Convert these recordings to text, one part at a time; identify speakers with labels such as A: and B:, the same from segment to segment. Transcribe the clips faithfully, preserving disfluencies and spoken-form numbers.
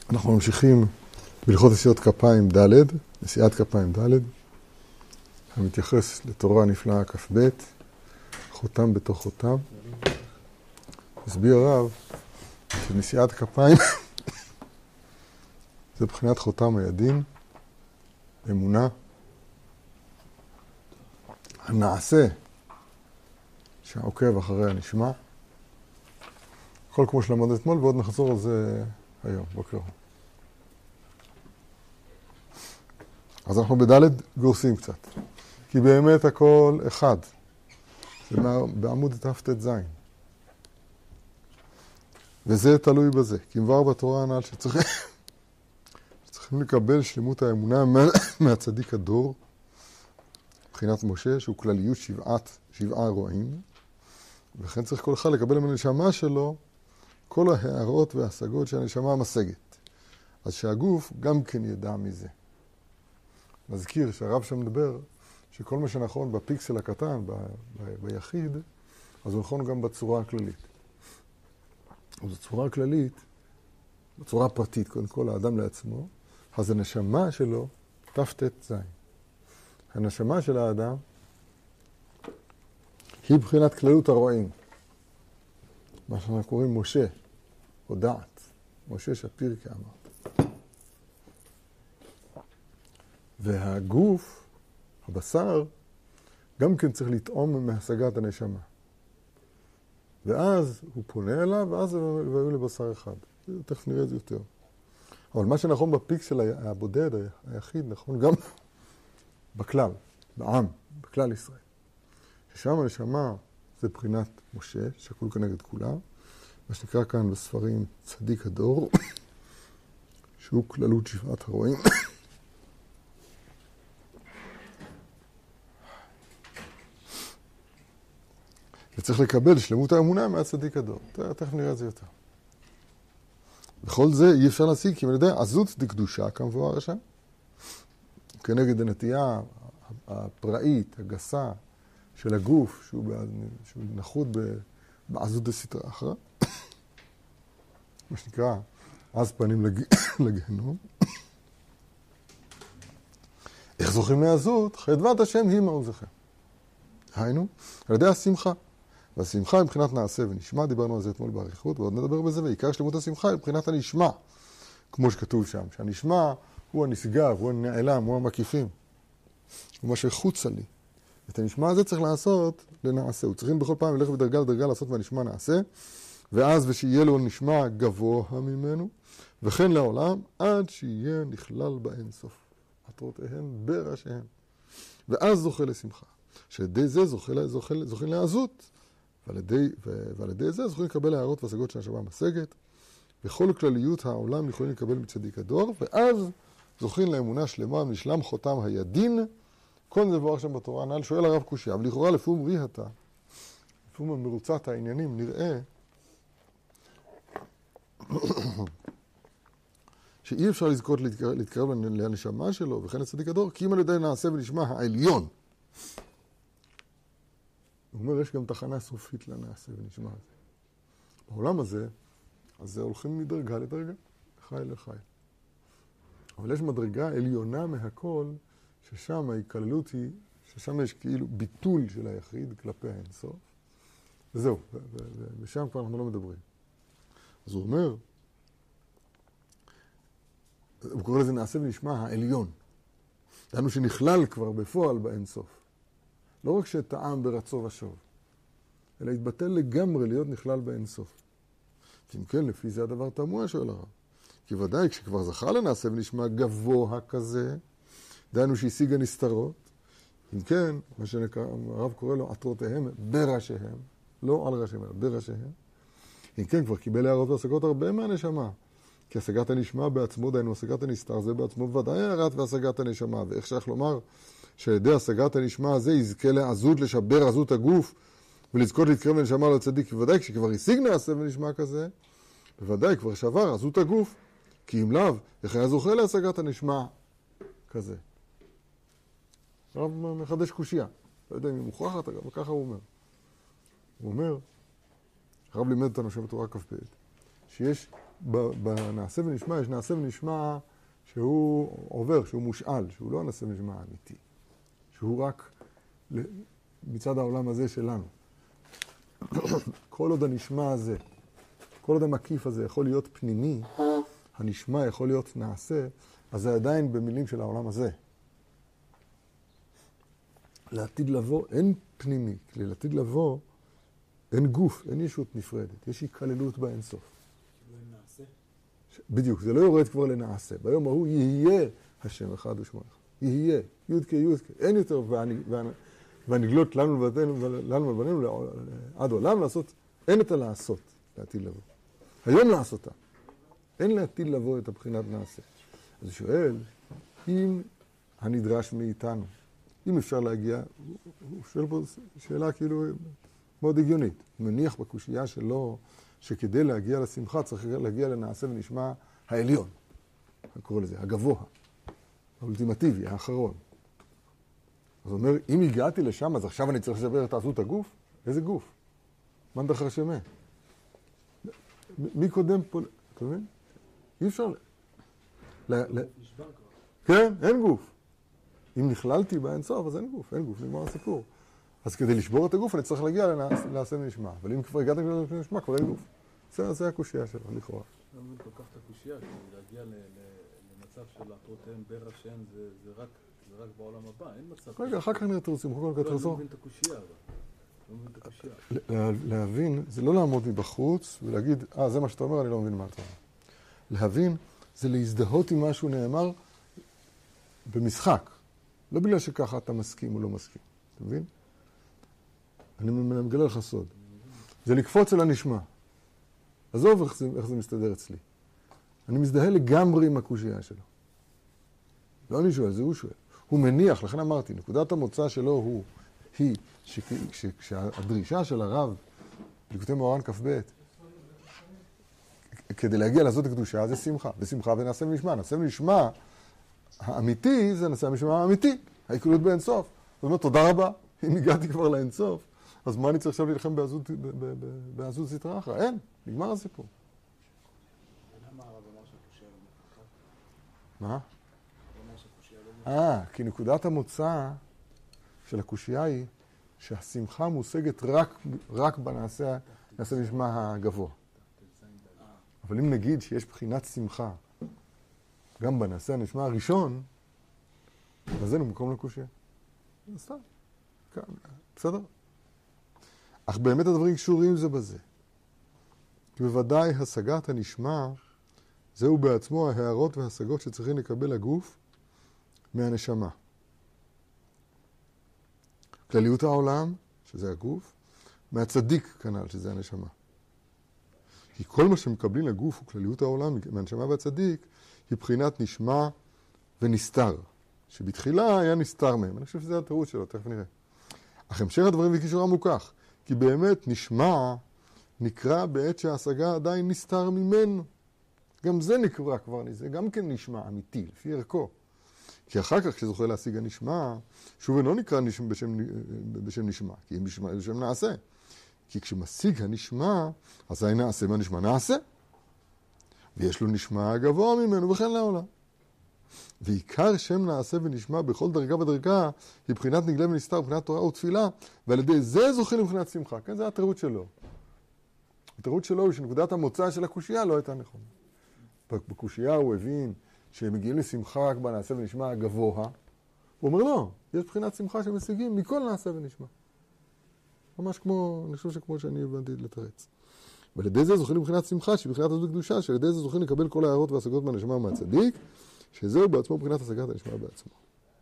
A: אנחנו ממשיכים בהלכות נשיאות כפיים ד', נשיאת כפיים ד', המתייחס לתורה הנפלאה כ"ב, חותם בתוך חותם. הסביר הרב שנשיאת כפיים זה בחינת חותם הידין, אמונה, הנעשה שהעוקב אחרי הנשמע, הכל כמו שלמדנו אתמול, ועוד נחזור על זה היום, בוקר. אז אנחנו בדלת גורסים קצת, כי באמת הכל אחד. זה בעמוד ת"ט זין. וזה תלוי בזה, כי מבואר בתורה הנ"ל שצריכים שצריכים לקבל שלמות האמונה מהצדיק הדור, מבחינת משה, שהוא כלליות שבעת, שבעה רועים, וכן צריך כל אחד לקבל מהנשמה שלו כל ההערות וההשגות שהנשמה משגת. אז שהגוף גם כן ידע מזה. נזכיר שהרב שם מדבר שכל מה שנכון בפיקסל הקטן, ב- ב- ביחיד, אז הוא נכון גם בצורה הכללית. ובצורה הכללית, בצורה הפרטית, קודם כל האדם לעצמו, אז הנשמה שלו ת"ט זין. הנשמה של האדם היא בחינת כללות הרועים. מה שאנחנו קוראים משה, או דעת. משה שפיר כאמר. והגוף, הבשר, גם כן צריך לטעום מהשגת הנשמה. ואז הוא פונה אליו, ואז הוא יביא לבשר אחד. תכף נראה את זה יותר. אבל מה שנכון בפיקסל הבודד, היחיד, נכון גם בכלל, בעם, בכלל ישראל. ששם הנשמה זה בחינת משה, שקול כנגד כולם, מה שנקרא כאן בספרים צדיק הדור, שהוא כללות שבעת הרועים. וצריך לקבל שלמות האמונה מהצדיק הדור. תכף נראה את זה יותר. בכל זה אי אפשר להשיג, כי אני יודע, עזות דקדושה, כמבואר שם, כנגד הנטייה הפראית, הגסה, של הגוף, שהוא, שהוא נחות בעזות דסתרא אחרא, מה שנקרא, אז פנים לג... לגהנום. איך זוכים לעזות? חדוות השם היא מעוזכם. היינו, על ידי השמחה. והשמחה מבחינת נעשה ונשמע, דיברנו על זה אתמול באריכות, ועוד נדבר בזה, ועיקר שלמות השמחה מבחינת הנשמע, כמו שכתוב שם, שהנשמע הוא הנשגב, הוא הנעלם, הוא המקיפים. הוא מה שחוצה לי. את הנשמע הזה צריך לעשות לנעשה. הוא צריכים בכל פעם ללכת בדרגה לדרגה לעשות מהנשמע נעשה, ואז ושיהיה לו נשמע גבוה ממנו, וכן לעולם, עד שיהיה נכלל באין סוף. מטרותיהם בראשיהם. ואז זוכה לשמחה. שעל זה זוכה, זוכה, זוכה לעזות, ועל ידי, ועל ידי זה זוכים לקבל הערות והשגות שהנשמה משגת, וכל כלליות העולם יכולים לקבל מצדיק הדור, ואז זוכים לאמונה שלמה ונשלם חותם הידין. כל זה מבואר שם בתורה הנ"ל. שואל הרב קושיה, אבל לכאורה לפום ריהתה, לפום מרוצת העניינים, נראה שאי אפשר לזכות להתקרב, להתקרב לנשמה שלו וכן לצדיק הדור, כי אם על ידי נעשה ונשמע העליון. הוא אומר, יש גם תחנה סופית לנעשה ונשמע הזה. בעולם הזה, אז זה הולכים מדרגה לדרגה, חי לחי. אבל יש מדרגה עליונה מהכל, ששם ההיקללות היא, ששם יש כאילו ביטול של היחיד כלפי האינסוף. וזהו, ושם כבר אנחנו לא מדברים. אז הוא אומר, הוא קורא לזה נעשה ונשמע העליון. דהיינו שנכלל כבר בפועל באינסוף. לא רק שטעם ברצו ושוב, אלא התבטל לגמרי להיות נכלל באינסוף. אם כן, לפי זה הדבר תמוה, שואל הרב. כי ודאי, כשכבר זכה לנעשה ונשמע גבוה כזה, דהיינו שהשיג הנסתרות, אם כן, מה שהרב קורא לו, עטרותיהם בראשיהם, לא על ראשיהם, אלא בראשיהם, אם כן, כבר קיבל הערות והשגות הרבה מהנשמה, כי השגת הנשמע בעצמו, דהיינו השגת הנסתר, זה בעצמו ודאי הערת והשגת הנשמה, ואיך שייך לומר שידי השגת הנשמע הזה יזכה לעזות, לשבר עזות הגוף, ולזכות להתקרב לנשמה לצדיק, בוודאי כשכבר השיג נעשה ונשמע כזה, בוודאי כבר שבר עזות הגוף, כי אם לאו, איך היה זוכה להשגת הנשמע כזה. הרב מחדש קושיה, לא יודע אם היא מוכרחת, אבל ככה הוא אומר. הוא אומר, הרב לימד אותנו שם בתורה כ"ב, שיש בנעשה ונשמע יש נעשה ונשמע שהוא עובר, שהוא מושאל, שהוא לא נעשה ונשמע אמיתי, שהוא רק מצד העולם הזה שלנו. כל עוד הנשמע הזה, כל עוד המקיף הזה יכול להיות פנימי, הנשמע יכול להיות נעשה, אז זה עדיין במילים של העולם הזה. לעתיד לבוא אין פנימי, כי לעתיד לבוא אין גוף, אין ישות נפרדת, יש היכללות באינסוף. בדיוק, זה לא יורד כבר לנעשה. ביום ההוא יהיה השם אחד ושמו אחד. יהיה, יודקה יודקה. אין יותר, והנגלות לנו ולבנינו עד עולם לעשות, אין את הלעשות לעתיד לבוא. היום לעשותה. אין לעתיד לבוא את הבחינת נעשה. אז הוא שואל, אם הנדרש מאיתנו, אם אפשר להגיע, הוא שואל פה שאלה כאילו מאוד הגיונית. הוא מניח בקושייה שלו, שכדי להגיע לשמחה צריך להגיע לנעשה ונשמע העליון. אני קורא לזה, הגבוה, האולטימטיבי, האחרון. אז הוא אומר, אם הגעתי לשם, אז עכשיו אני צריך לשבר את עזות הגוף? איזה גוף? מה דחר שמה? מי קודם פה? אתה מבין? אי אפשר... כן, אין גוף. אם נכללתי באינסוף, אז אין גוף, אין גוף, נגמר הסיפור. אז כדי לשבור את הגוף, אני צריך להגיע לנעשה ונשמע. אבל אם כבר הגעתי לנעשה ונשמע, כבר אין גוף. זה הקושייה שלו, לכאורה.
B: לא מבין כל כך את הקושייה, כי להגיע למצב של הפרוטאם בר השם, זה רק בעולם הבא, אין מצב.
A: רגע, אחר כך נראה תרצים, כל כך תרצו.
B: לא מבין את הקושייה, אבל. לא מבין את הקושייה.
A: להבין, זה לא לעמוד מבחוץ ולהגיד, אה, זה מה שאתה אומר, אני לא מבין מה אתה אומר. להבין, זה להזדהות עם מה שהוא נאמר במשחק. לא בגלל שככה אתה מסכים או לא מסכים. אתה מבין? אני מגלה לך סוד. זה לקפוץ אל הנשמע. עזוב איך זה, איך זה מסתדר אצלי. אני מזדהה לגמרי עם הקושייה שלו. לא אני שואל, זה הוא שואל. הוא מניח, לכן אמרתי, נקודת המוצא שלו הוא, היא, שהדרישה של הרב, ליקוטי מוהר"ן כ"ב, כדי להגיע לעשות הקדושה, זה שמחה. ושמחה ונעשה ונשמע. נעשה ונשמע, האמיתי זה נעשה ונשמע האמיתי. ההיכלות באינסוף. זאת אומרת, תודה רבה. אם הגעתי כבר לאינסוף, אז מה אני צריך עכשיו להילחם בעזות סטרא אחרא? אין, נגמר הסיפור.
B: למה הרב אמר שהקושייה לא מוכרחה?
A: מה?
B: הוא אמר שהקושייה לא מוכרחה.
A: אה, כי נקודת המוצא של הקושייה היא שהשמחה מושגת רק, רק בנעשה ונשמע הגבוה. אבל אם נגיד שיש בחינת שמחה גם בנעשה ונשמע הראשון, אז אין מקום לקושייה. זה סתם. בסדר? אך באמת הדברים קשורים זה בזה. כי בוודאי השגת הנשמע, זהו בעצמו ההערות וההשגות שצריכים לקבל הגוף מהנשמה. כלליות העולם, שזה הגוף, מהצדיק כנ"ל, שזה הנשמה. כי כל מה שמקבלים לגוף וכלליות העולם מהנשמה והצדיק, היא בחינת נשמע ונסתר. שבתחילה היה נסתר מהם. אני חושב שזה התירוץ שלו, תכף נראה. אך המשך הדברים וקישורם הוא כך, כי באמת נשמע נקרא בעת שההשגה עדיין נסתר ממנו. גם זה נקרא כבר, זה גם כן נשמע אמיתי, לפי ערכו. כי אחר כך כשזוכה להשיג הנשמע, שוב אינו נקרא נשמע בשם, בשם נשמע, כי אם נשמע, בשם נעשה. כי כשמשיג הנשמע, אז היה נעשה מהנשמע נעשה. ויש לו נשמע גבוה ממנו וכן לעולם. ועיקר שם נעשה ונשמע בכל דרגה ודרגה, היא בחינת נגלה ונסתר, בחינת תורה ותפילה, ועל ידי זה זוכים לבחינת שמחה. כן, זה התירוץ שלו. התירוץ שלו הוא שנקודת המוצא של הקושייה לא הייתה נכונה. בקושייה הוא הבין שהם מגיעים לשמחה רק בנעשה ונשמע הגבוה. הוא אומר לא, יש בחינת שמחה שמשיגים מכל נעשה ונשמע. ממש כמו, אני חושב שכמו שאני הבנתי לתרץ. ועל ידי זה זוכים לבחינת שמחה, שהיא בחינת עזות קדושה, שעל ידי זה זוכים לקבל כל ההערות וההשגות מהנשמה ומהצדיק, שזהו בעצמו בחינת השגת הנשמע בעצמו.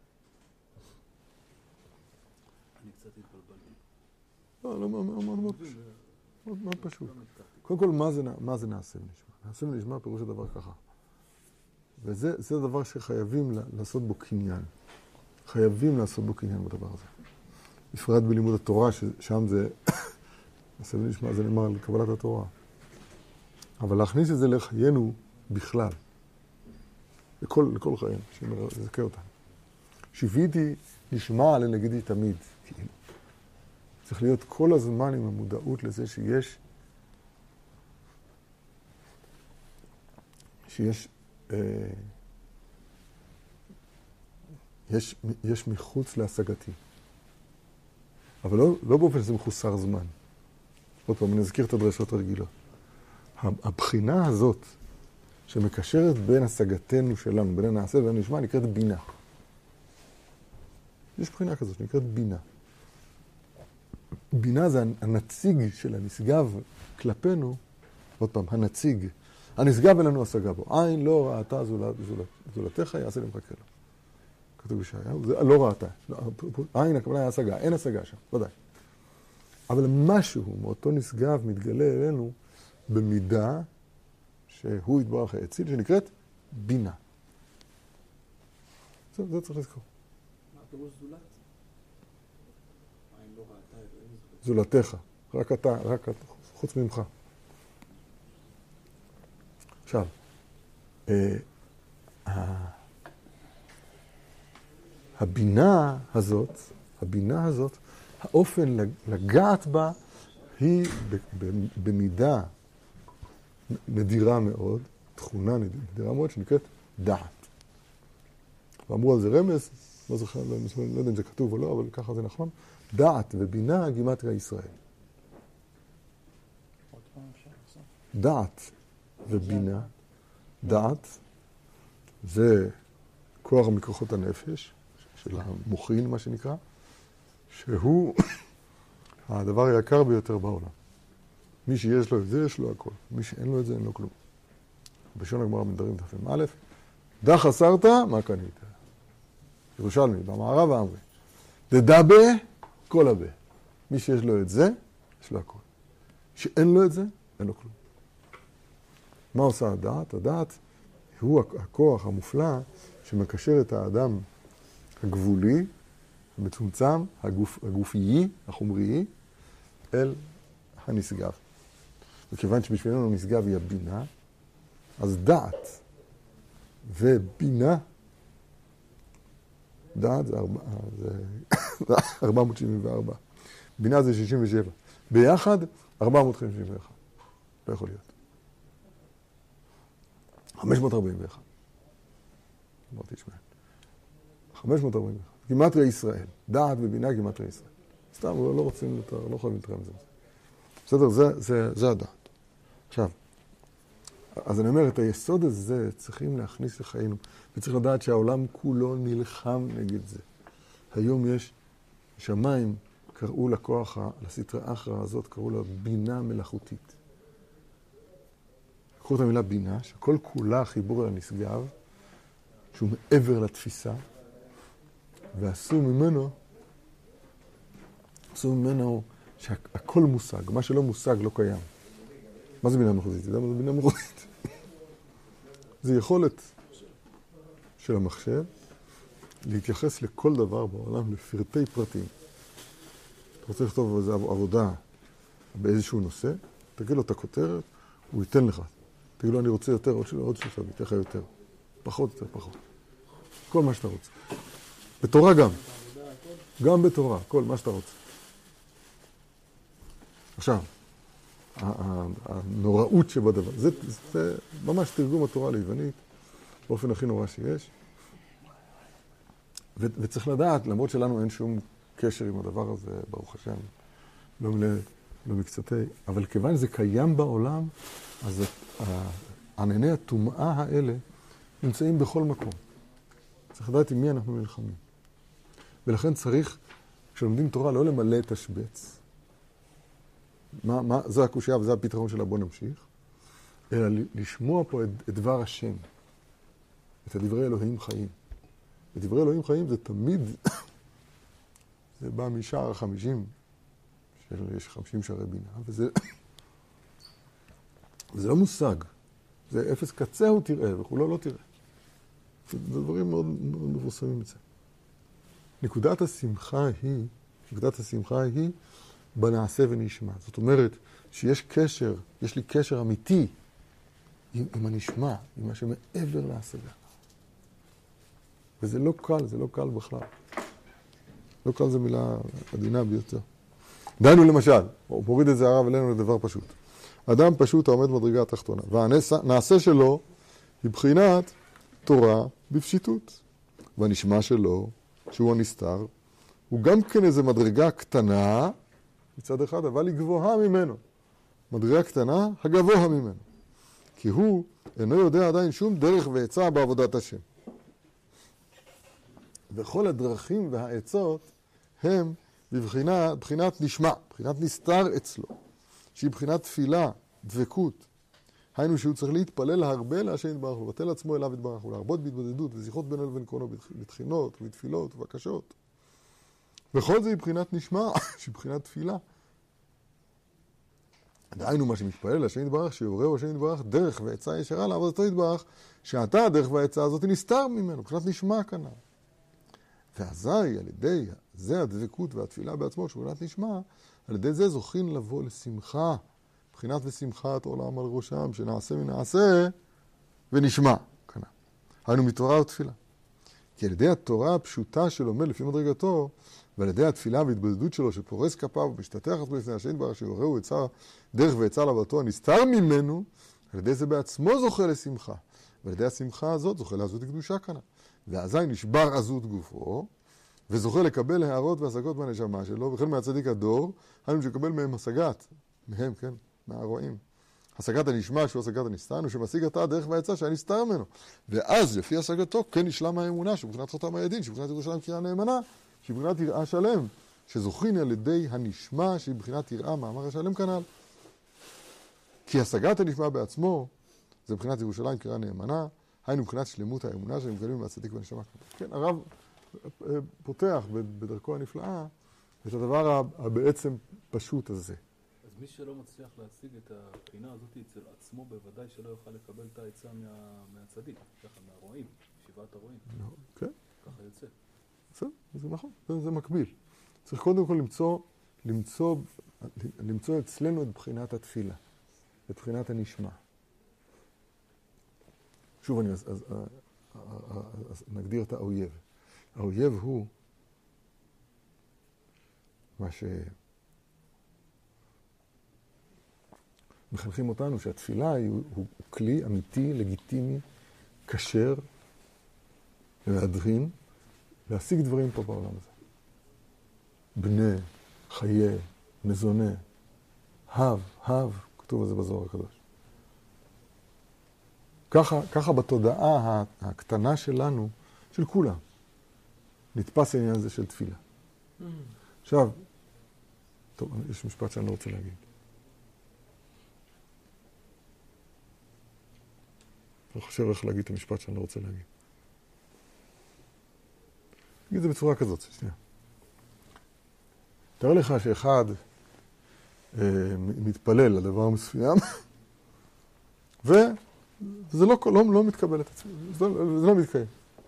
B: אני קצת התבלבלתי.
A: לא, לא, מאוד מאוד פשוט. קודם כל, מה זה נעשה ונשמע? נעשה ונשמע פירוש הדבר ככה. וזה הדבר שחייבים לעשות בו קניין. חייבים לעשות בו קניין בדבר הזה. בפרט בלימוד התורה, ששם זה, נעשה ונשמע, זה נאמר על קבלת התורה. אבל להכניס את זה לחיינו בכלל. לכל, לכל חיים, שיזכה אותנו. שיוויתי נשמע לנגידי תמיד, כאילו. צריך להיות כל הזמן עם המודעות לזה שיש שיש אה, יש, יש מחוץ להשגתי. אבל לא, לא באופן שזה מחוסר זמן. עוד פעם, אני אזכיר את הדרשות הרגילות. הבחינה הזאת, שמקשרת בין השגתנו שלנו, בין הנעשה ובין הנשמע, נקראת בינה. יש בחינה כזאת שנקראת בינה. בינה זה הנציג של הנשגב כלפינו, עוד פעם, הנציג. הנשגב אין לנו השגה בו. עין לא ראתה זולת, זולת, זולתך, יעשה למחכה לו. כתוב בישעיהו, זה לא ראתה. לא, עין הכוונה היה השגה, אין השגה שם, ודאי. אבל משהו מאותו נשגב מתגלה אלינו במידה שהוא יתברך האציל, שנקראת בינה. זה, זה צריך לזכור.
B: מה פירוש זולת? עין לא ראתה את זה.
A: זולתך. רק אתה, רק אתה, חוץ ממך. עכשיו, אה, הבינה הזאת, הבינה הזאת, האופן לגעת בה היא במידה נדירה מאוד, תכונה נדירה מאוד, שנקראת דעת. ואמרו על זה רמז, לא זוכר, לא יודע אם זה כתוב או לא, אבל ככה זה נכון. דעת ובינה גימטריה ישראל. דעת ובינה, דעת, זה כוח מכוחות הנפש, של המוחין, מה שנקרא, שהוא הדבר היקר ביותר בעולם. מי שיש לו את זה, יש לו הכל. מי שאין לו את זה, אין לו כלום. בשון הגמרא בנדרים תפם א', דע חסרת, מה קנית? ירושלמי, במערב האמרי. דדבה, כל הבה. מי שיש לו את זה, יש לו הכל. שאין לו את זה, אין לו כלום. מה עושה הדעת? הדעת הוא הכוח המופלא שמקשר את האדם הגבולי, המצומצם, הגוף, הגופיי, החומריי, אל הנשגב. וכיוון שבשבילנו נשגב היא הבינה, אז דעת ובינה, דעת זה, ארבע, זה ארבע מאות שבעים וארבע, בינה זה שישים ושבע, ביחד ארבע מאות חמישים ואחת, לא יכול להיות. חמש מאות ארבעים ואחת. אמרתי שמען. חמש מאות ארבעים ואחת. גימטריה ישראל. דעת ובינה גימטריה ישראל. סתם, לא רוצים יותר, לא יכולים לתרם זה. בסדר, זה, זה, זה הדעת. עכשיו, אז אני אומר, את היסוד הזה צריכים להכניס לחיינו, וצריך לדעת שהעולם כולו נלחם נגד זה. היום יש שמיים, קראו לכוח, לסטרא אחרא הזאת, קראו לה בינה מלאכותית. קראו את המילה בינה, שכל כולה חיבור אל הנשגב, שהוא מעבר לתפיסה, ועשו ממנו, עשו ממנו שהכל מושג, מה שלא מושג לא קיים. מה זה בינה מלאכותית? אתה יודע מה זה בינה מלאכותית? זה יכולת של המחשב להתייחס לכל דבר בעולם, לפרטי פרטים. אתה רוצה לכתוב איזו עבודה באיזשהו נושא, תגיד לו את הכותרת, הוא ייתן לך. תגיד לו, אני רוצה יותר, עוד שלושה, עוד שלושה, ייתן לך יותר. פחות, יותר, פחות. כל מה שאתה רוצה. בתורה גם. גם בתורה, כל מה שאתה רוצה. עכשיו, הנוראות שבדבר, זה, זה ממש תרגום התורה ליוונית, באופן הכי נורא שיש. ו, וצריך לדעת, למרות שלנו אין שום קשר עם הדבר הזה, ברוך השם, לא, לא מקצתי, אבל כיוון זה קיים בעולם, אז ענני הטומאה האלה נמצאים בכל מקום. צריך לדעת עם מי אנחנו נלחמים. ולכן צריך, כשלומדים תורה, לא למלא את השבץ. מה, מה, זו הקושיה וזה הפתרון שלה, בוא נמשיך. אלא לשמוע פה את, את דבר השם. את הדברי אלוהים חיים. ודברי אלוהים חיים זה תמיד, זה בא משער החמישים, שיש חמישים שערי בינה, וזה, וזה לא מושג. זה אפס קצה הוא תראה, וכולו לא תראה. זה דברים מאוד, מאוד מבוסמים את זה. נקודת השמחה היא, נקודת השמחה היא בנעשה ונשמע. זאת אומרת שיש קשר, יש לי קשר אמיתי עם, עם הנשמע, עם מה שמעבר להשגה. וזה לא קל, זה לא קל בכלל. לא קל זה מילה עדינה ביותר. דיינו למשל, הוא מוריד את זה הרב אלינו לדבר פשוט. אדם פשוט העומד מדרגה התחתונה, והנעשה שלו היא בחינת תורה בפשיטות. והנשמע שלו, שהוא הנסתר, הוא גם כן איזו מדרגה קטנה, מצד אחד, אבל היא גבוהה ממנו. מדרגה קטנה, הגבוה ממנו. כי הוא אינו יודע עדיין שום דרך ועצה בעבודת השם. וכל הדרכים והעצות הם בבחינת, בחינת נשמע, בחינת נסתר אצלו, שהיא בחינת תפילה, דבקות. היינו שהוא צריך להתפלל הרבה להשם יתברך, לבטל עצמו אליו יתברך, ולהרבות בהתבודדות ושיחות בינו לבין קרונו בתחינות ובתפילות ובקשות. וכל זה היא בחינת נשמע, שהיא בחינת תפילה. דהיינו מה שמתפלל להשם יתברך, שיורהו השם יתברך דרך ועצה ישרה לעבודתו יתברך, שאתה הדרך והעצה הזאת נסתר ממנו, בחינת נשמע כנ"ל. ואזי על ידי זה הדבקות והתפילה בעצמו, שבחינת נשמע, על ידי זה זוכין לבוא לשמחה, בחינת ושמחת עולם על ראשם, שנעשה ונעשה ונשמע כנ"ל. היינו מתורה ותפילה. כי על ידי התורה הפשוטה של עומד לפי מדרגתו, ועל ידי התפילה והתבודדות שלו, שפורס כפיו ומשתטח עצמו לפני השם יתברך, שיורהו עצה דרך ועצה לעבודתו הנסתר ממנו, על ידי זה בעצמו זוכה לשמחה. ועל ידי השמחה הזאת זוכה לעזות הקדושה כנ"ל. ואזי נשבר עזות גופו, וזוכה לקבל הערות והשגות מהנשמה שלו, וכן מהצדיק הדור, היינו שקבל מהם השגת, מהם, כן, מהרועים. השגת הנשמע שהוא השגת הנסתר, הוא שמשיג אתה הדרך והעצה שהיה נסתר ממנו. ואז לפי השגתו כן נשלם האמונה, שבחינת חותם הידין, שבחינת ירושלים קריאה נאמנה, שבחינת יראה שלם, שזוכין על ידי הנשמע, שהיא בחינת יראה מאמר השלם כנ"ל. כי השגת הנשמע בעצמו, זה בחינת ירושלים קריאה נאמנה, היינו מבחינת שלמות האמונה שהם מקבלים מהצדיק והנשמה. כן, הרב פותח בדרכו הנפלאה את הדבר הבעצם פשוט הזה.
B: אז מי שלא מצליח להשיג את הבחינה הזאת אצל עצמו, בוודאי שלא יוכל לקבל את העצה מה, מהצדיק, ככה מהרועים, שבעת הרועים.
A: כן.
B: ככה יוצא.
A: בסדר, זה נכון, זה, זה מקביל. צריך קודם כל למצוא, למצוא, למצוא אצלנו את בחינת התפילה, את בחינת הנשמע. שוב אני אז, אז, אז, אז נגדיר את האויב. האויב הוא מה שמחנכים אותנו, שהתפילה היא, הוא, הוא כלי אמיתי, לגיטימי, כשר, להדרין, להשיג דברים פה בעולם הזה. בנה, חיה, מזונה, הב, הב, כתוב על זה בזוהר הקדוש. ככה, ככה בתודעה הקטנה שלנו, של כולם, נתפס העניין הזה של תפילה. Mm. עכשיו, טוב, יש משפט שאני לא רוצה להגיד. אני חושב איך להגיד את המשפט שאני לא רוצה להגיד. נגיד את זה בצורה כזאת, שנייה. תאר לך שאחד אה, מתפלל על דבר מסוים, וזה לא, לא, לא מתקבל את עצמו, זה, זה לא מתקיים.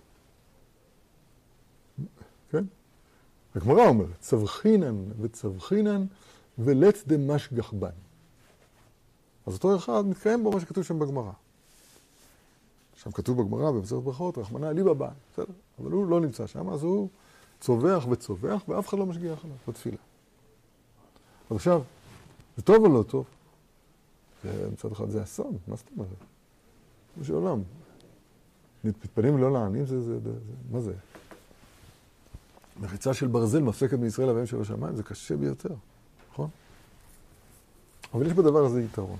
A: כן? הגמרא אומרת, צבחינן וצבחינן ולת דמשגח בן. אז אותו אחד מתקיים בו מה שכתוב שם בגמרא. שם כתוב בגמרא, במסכת ברכות, רחמנא ליבא בן, בסדר? אבל הוא לא נמצא שם, אז הוא צובח וצובח, ואף אחד לא משגיח עליו בתפילה. אז עכשיו, זה טוב או לא טוב? מצד אחד זה אסון, מה זאת אומרת? זה של עולם. מתפנים לא לענים, זה, זה, זה, זה, מה זה? מחיצה של ברזל מפסקת מישראל אביהם של השמיים, זה קשה ביותר, נכון? אבל יש בדבר הזה יתרון.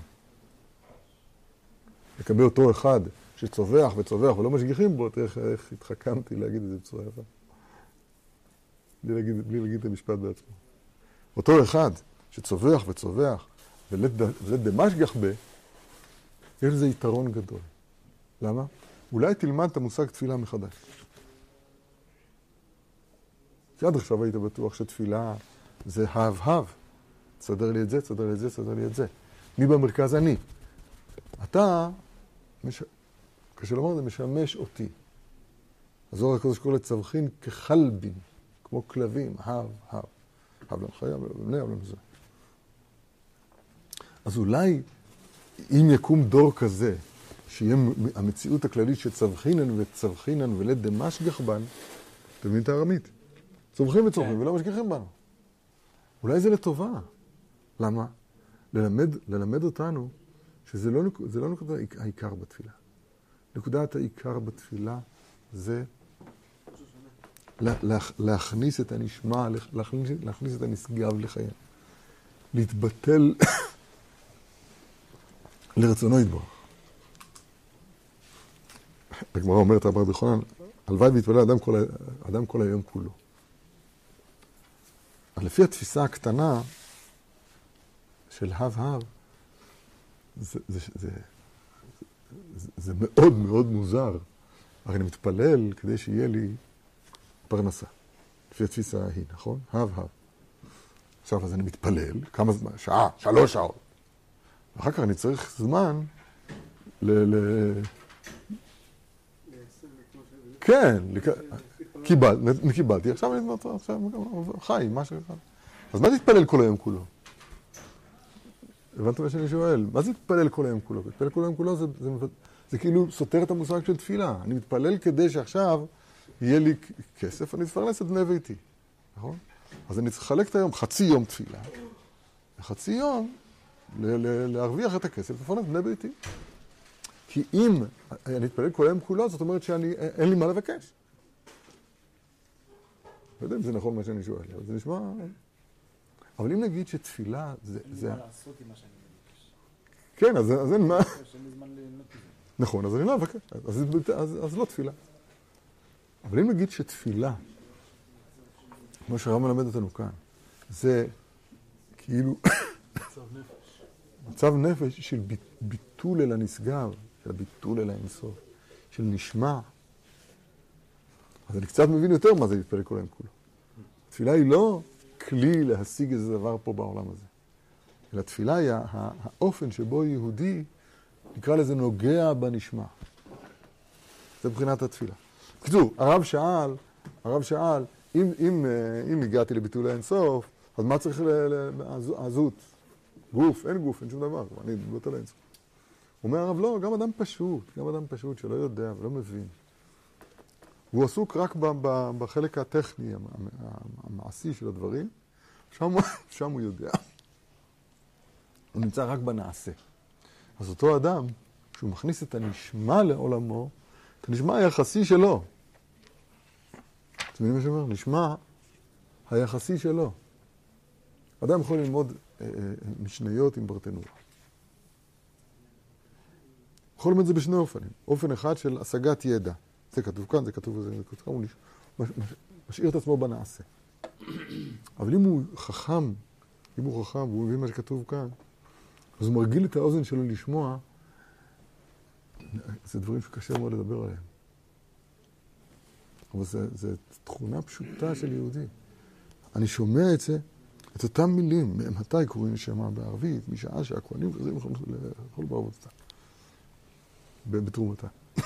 A: לקבל אותו אחד שצובח וצובח ולא משגיחים בו, איך, איך התחכמתי להגיד את זה בצורה יפה. בלי להגיד, בלי להגיד את המשפט בעצמו. אותו אחד שצובח וצובח ולת דמשגח ב, יש לזה יתרון גדול. למה? אולי תלמד את המושג תפילה מחדש. כי עד עכשיו היית בטוח שתפילה זה הב-הב. תסדר לי את זה, תסדר לי את זה, תסדר לי את זה. מי במרכז? אני. אתה, מש... קשה לומר, זה משמש אותי. הזוהר הקדוש קורא לצווחין כחלבין, כמו כלבים, הב-הב. הב להם חיה, הב להם בני, הב להם זה. אז אולי, אם יקום דור כזה, שיהיה המציאות הכללית שצווחינן וצווחינן ולת דמשגח בן, אתה מבין את הארמית? צומחים וצומחים ולא משגיחים בנו. אולי זה לטובה. למה? ללמד, ללמד אותנו שזה לא, זה לא נקודה העיקר בתפילה. נקודת העיקר בתפילה זה לה, להכניס את הנשמע, להכניס, להכניס את הנשגב לחיים. להתבטל לרצונו יתברך. הגמרא אומרת רבי יוחנן, הלוואי ויתפלל אדם כל, אדם כל היום כולו. אבל לפי התפיסה הקטנה של הב הב, זה, זה, זה, זה, זה מאוד מאוד מוזר. הרי אני מתפלל כדי שיהיה לי פרנסה. לפי התפיסה ההיא, נכון? הב הב. עכשיו, אז אני מתפלל, כמה זמן? שעה, שלוש שעות. ואחר כך אני צריך זמן ל... ל... כן, קיבלתי, עכשיו אני חי, מה ש... אז מה זה תתפלל כל היום כולו? הבנת מה שאני שואל? מה זה תתפלל כל היום כולו? תתפלל כל היום כולו זה, זה, זה כאילו סותר את המושג של תפילה. אני מתפלל כדי שעכשיו יהיה לי כסף, אני אתפרנס את בני ביתי, נכון? אז אני צריך לחלק את היום, חצי יום תפילה, וחצי יום להרוויח את הכסף, לפרנס בני ביתי. כי אם אני אתפלל כל היום כולו, זאת אומרת שאין לי מה לבקש. לא יודע אם זה נכון מה שאני שואל, אבל זה נשמע... אבל אם נגיד שתפילה זה...
B: אין לי מה לעשות עם מה שאני מבקש.
A: כן, אז אין מה...
B: אין לי זמן ליהנות מזה. נכון,
A: אז אני לא מבקש, אז לא תפילה. אבל אם נגיד שתפילה, כמו שהרב מלמד אותנו כאן, זה כאילו...
B: מצב נפש.
A: מצב נפש של ביטול אל הנשגב, של הביטול אל האינסוף, של נשמע. אז אני קצת מבין יותר מה זה להתפלל כל היום כולו. התפילה היא לא כלי להשיג איזה דבר פה בעולם הזה. אלא תפילה היא האופן שבו יהודי, נקרא לזה נוגע בנשמע. זה מבחינת התפילה. בקיצור, הרב שאל, הרב שאל, אם, אם, אם הגעתי לביטול האינסוף, אז מה צריך לעזות? גוף, אין גוף, אין שום דבר. אני ביטול האינסוף. הוא אומר הרב, לא, גם אדם פשוט, גם אדם פשוט שלא יודע ולא מבין. הוא עסוק רק בחלק הטכני, המעשי של הדברים, שם, שם הוא יודע. הוא נמצא רק בנעשה. אז אותו אדם, כשהוא מכניס את הנשמע לעולמו, את הנשמע היחסי שלו. אתם יודעים מה שאומר? נשמע היחסי שלו. אדם יכול ללמוד אה, אה, משניות עם ברטנורה. יכול ללמוד את זה בשני אופנים. אופן אחד של השגת ידע. זה כתוב כאן, זה כתוב בזה, זה כתוב כאן, הוא מש, מש, משאיר את עצמו בנעשה. אבל אם הוא חכם, אם הוא חכם והוא מבין מה שכתוב כאן, אז הוא מרגיל את האוזן שלו לשמוע, זה דברים שקשה מאוד לדבר עליהם. אבל זה, זה תכונה פשוטה של יהודי. אני שומע את זה, את אותם מילים, מתי קוראים לשמה בערבית, משעה שהכהנים חוזרים לאכול בעבודתה. בתרומתה.